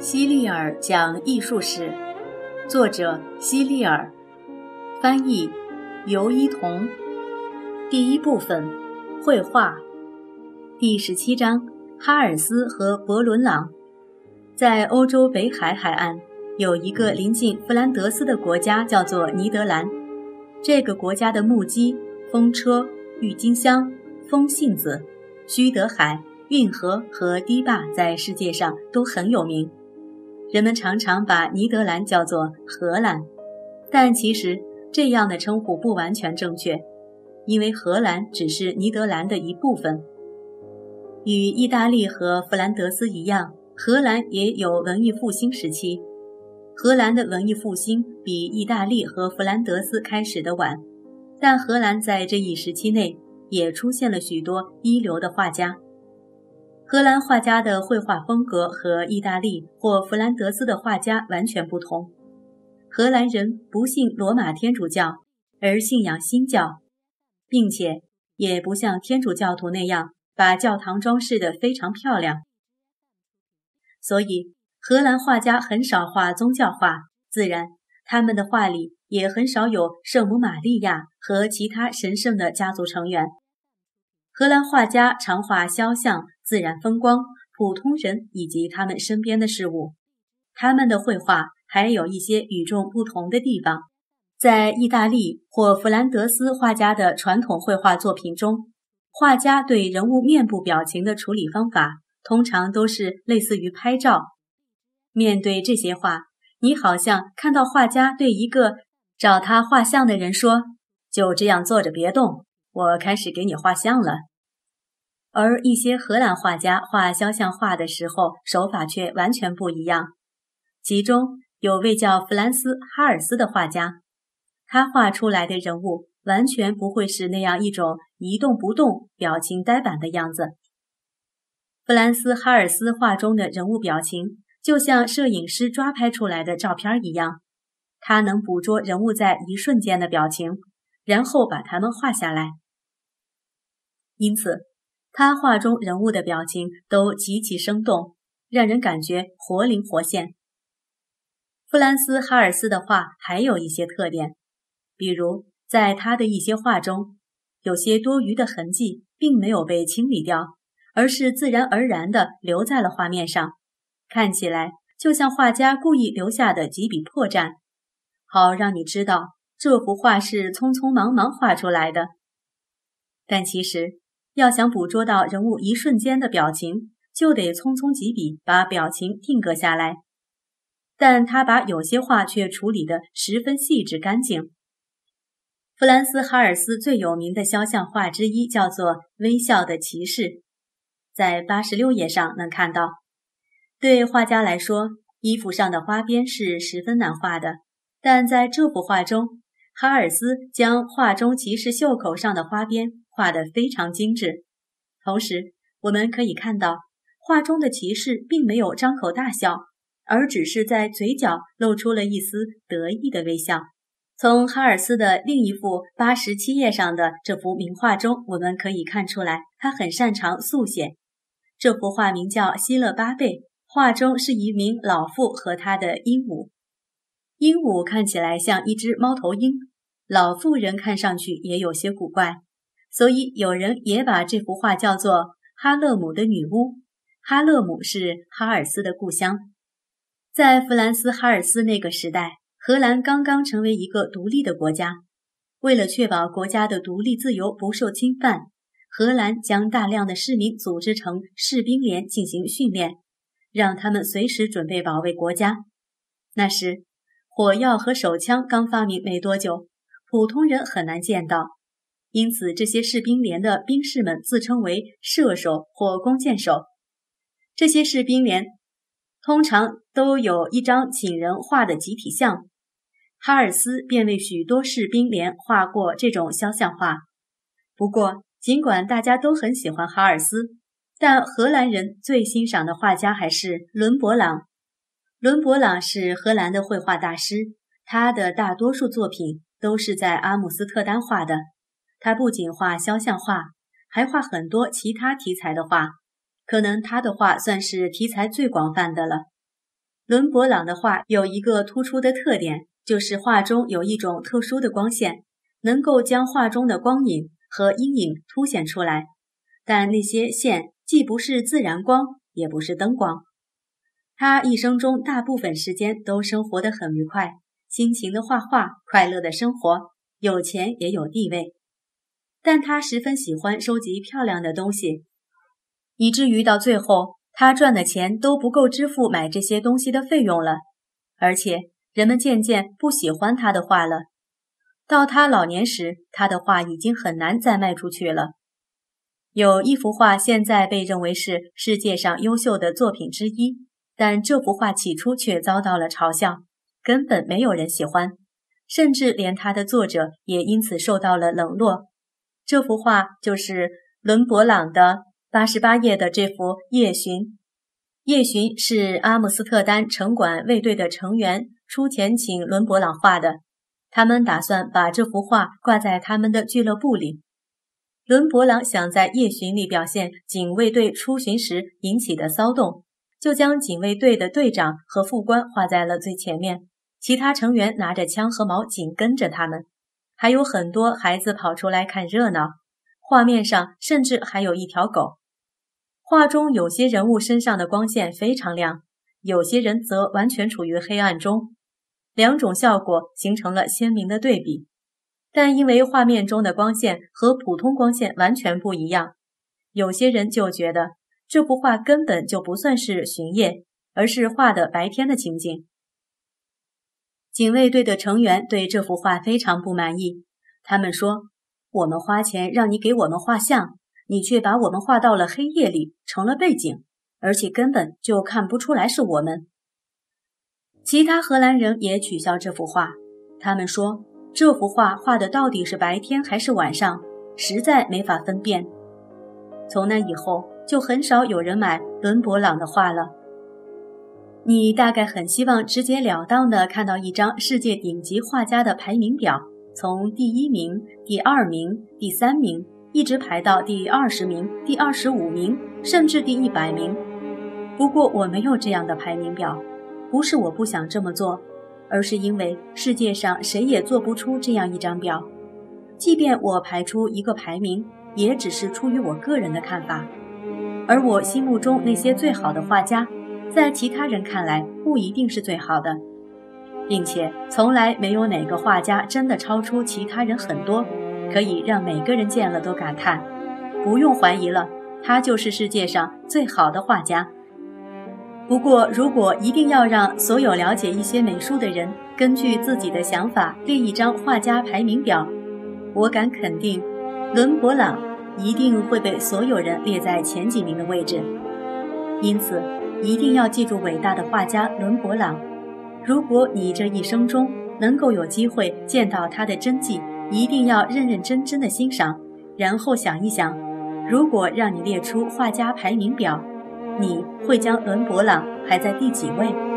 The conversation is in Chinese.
希利尔讲艺术史，作者希利尔，翻译尤一彤。第一部分，绘画。第17章，哈尔斯和伯伦朗。在欧洲北海海岸，有一个临近弗兰德斯的国家叫做尼德兰。这个国家的木屐、风车、郁金香、风信子、须德海、运河和堤坝在世界上都很有名。人们常常把尼德兰叫做荷兰，但其实这样的称呼不完全正确，因为荷兰只是尼德兰的一部分。与意大利和弗兰德斯一样，荷兰也有文艺复兴时期。荷兰的文艺复兴比意大利和弗兰德斯开始的晚，但荷兰在这一时期内也出现了许多一流的画家。荷兰画家的绘画风格和意大利或弗兰德斯的画家完全不同。荷兰人不信罗马天主教，而信仰新教，并且也不像天主教徒那样把教堂装饰得非常漂亮。所以荷兰画家很少画宗教画，自然他们的画里也很少有圣母玛利亚和其他神圣的家族成员。荷兰画家常画肖像、自然风光、普通人以及他们身边的事物。他们的绘画还有一些与众不同的地方。在意大利或弗兰德斯画家的传统绘画作品中，画家对人物面部表情的处理方法通常都是类似于拍照。面对这些画，你好像看到画家对一个找他画像的人说：“就这样坐着别动，我开始给你画像了。”而一些荷兰画家画肖像画的时候，手法却完全不一样。其中有位叫弗兰斯·哈尔斯的画家，他画出来的人物完全不会是那样一种一动不动、表情呆板的样子。弗兰斯·哈尔斯画中的人物表情就像摄影师抓拍出来的照片一样，他能捕捉人物在一瞬间的表情，然后把它们画下来。因此他画中人物的表情都极其生动，让人感觉活灵活现。弗兰斯·哈尔斯的画还有一些特点，比如在他的一些画中，有些多余的痕迹并没有被清理掉，而是自然而然地留在了画面上，看起来就像画家故意留下的几笔破绽，好让你知道这幅画是匆匆忙忙画出来的。但其实要想捕捉到人物一瞬间的表情，就得匆匆几笔把表情定格下来。但他把有些画却处理得十分细致干净。弗兰斯·哈尔斯最有名的肖像画之一叫做《微笑的骑士》，在86页上能看到。对画家来说，衣服上的花边是十分难画的，但在这幅画中，哈尔斯将画中骑士袖口上的花边画得非常精致。同时我们可以看到，画中的骑士并没有张口大笑，而只是在嘴角露出了一丝得意的微笑。从哈尔斯的另一幅87页上的这幅名画中，我们可以看出来他很擅长速写。这幅画名叫《希勒巴贝》，画中是一名老妇和他的鹦鹉。鹦鹉看起来像一只猫头鹰，老妇人看上去也有些古怪，所以有人也把这幅画叫做哈勒姆的女巫。哈勒姆是哈尔斯的故乡。在弗兰斯·哈尔斯那个时代，荷兰刚刚成为一个独立的国家。为了确保国家的独立自由不受侵犯，荷兰将大量的市民组织成士兵连进行训练，让他们随时准备保卫国家。那时火药和手枪刚发明没多久，普通人很难见到，因此这些士兵连的兵士们自称为射手或弓箭手。这些士兵连通常都有一张请人画的集体像，哈尔斯便为许多士兵连画过这种肖像画。不过尽管大家都很喜欢哈尔斯，但荷兰人最欣赏的画家还是伦勃朗。伦勃朗是荷兰的绘画大师，他的大多数作品都是在阿姆斯特丹画的。他不仅画肖像画，还画很多其他题材的画，可能他的画算是题材最广泛的了。 伦勃朗的画有一个突出的特点，就是画中有一种特殊的光线，能够将画中的光影和阴影凸显出来，但那些线既不是自然光，也不是灯光。他一生中大部分时间都生活得很愉快，辛勤的画画，快乐的生活，有钱也有地位。但他十分喜欢收集漂亮的东西，以至于到最后，他赚的钱都不够支付买这些东西的费用了，而且人们渐渐不喜欢他的画了。到他老年时，他的画已经很难再卖出去了。有一幅画现在被认为是世界上优秀的作品之一，但这幅画起初却遭到了嘲笑，根本没有人喜欢，甚至连他的作者也因此受到了冷落。这幅画就是伦勃朗的88页的这幅《夜巡》。夜巡是阿姆斯特丹城管卫队的成员出钱请伦勃朗画的，他们打算把这幅画挂在他们的俱乐部里。伦勃朗想在夜巡里表现警卫队出巡时引起的骚动，就将警卫队的队长和副官画在了最前面，其他成员拿着枪和矛紧跟着他们，还有很多孩子跑出来看热闹，画面上甚至还有一条狗。画中有些人物身上的光线非常亮，有些人则完全处于黑暗中，两种效果形成了鲜明的对比。但因为画面中的光线和普通光线完全不一样，有些人就觉得这幅画根本就不算是巡夜，而是画的白天的情景。警卫队的成员对这幅画非常不满意，他们说，我们花钱让你给我们画像，你却把我们画到了黑夜里，成了背景，而且根本就看不出来是我们。其他荷兰人也取笑这幅画，他们说，这幅画画的到底是白天还是晚上，实在没法分辨。从那以后，就很少有人买伦勃朗的画了。你大概很希望直截了当地看到一张世界顶级画家的排名表，从第1名、第2名、第3名，一直排到第20名、第25名，甚至第100名。不过我没有这样的排名表，不是我不想这么做，而是因为世界上谁也做不出这样一张表。即便我排出一个排名，也只是出于我个人的看法。而我心目中那些最好的画家，在其他人看来不一定是最好的，并且从来没有哪个画家真的超出其他人很多，可以让每个人见了都感叹，不用怀疑了，他就是世界上最好的画家。不过如果一定要让所有了解一些美术的人根据自己的想法列一张画家排名表，我敢肯定伦勃朗一定会被所有人列在前几名的位置。因此一定要记住伟大的画家伦勃朗，如果你这一生中能够有机会见到他的真迹，一定要认认真真的欣赏，然后想一想，如果让你列出画家排名表，你会将伦勃朗排在第几位？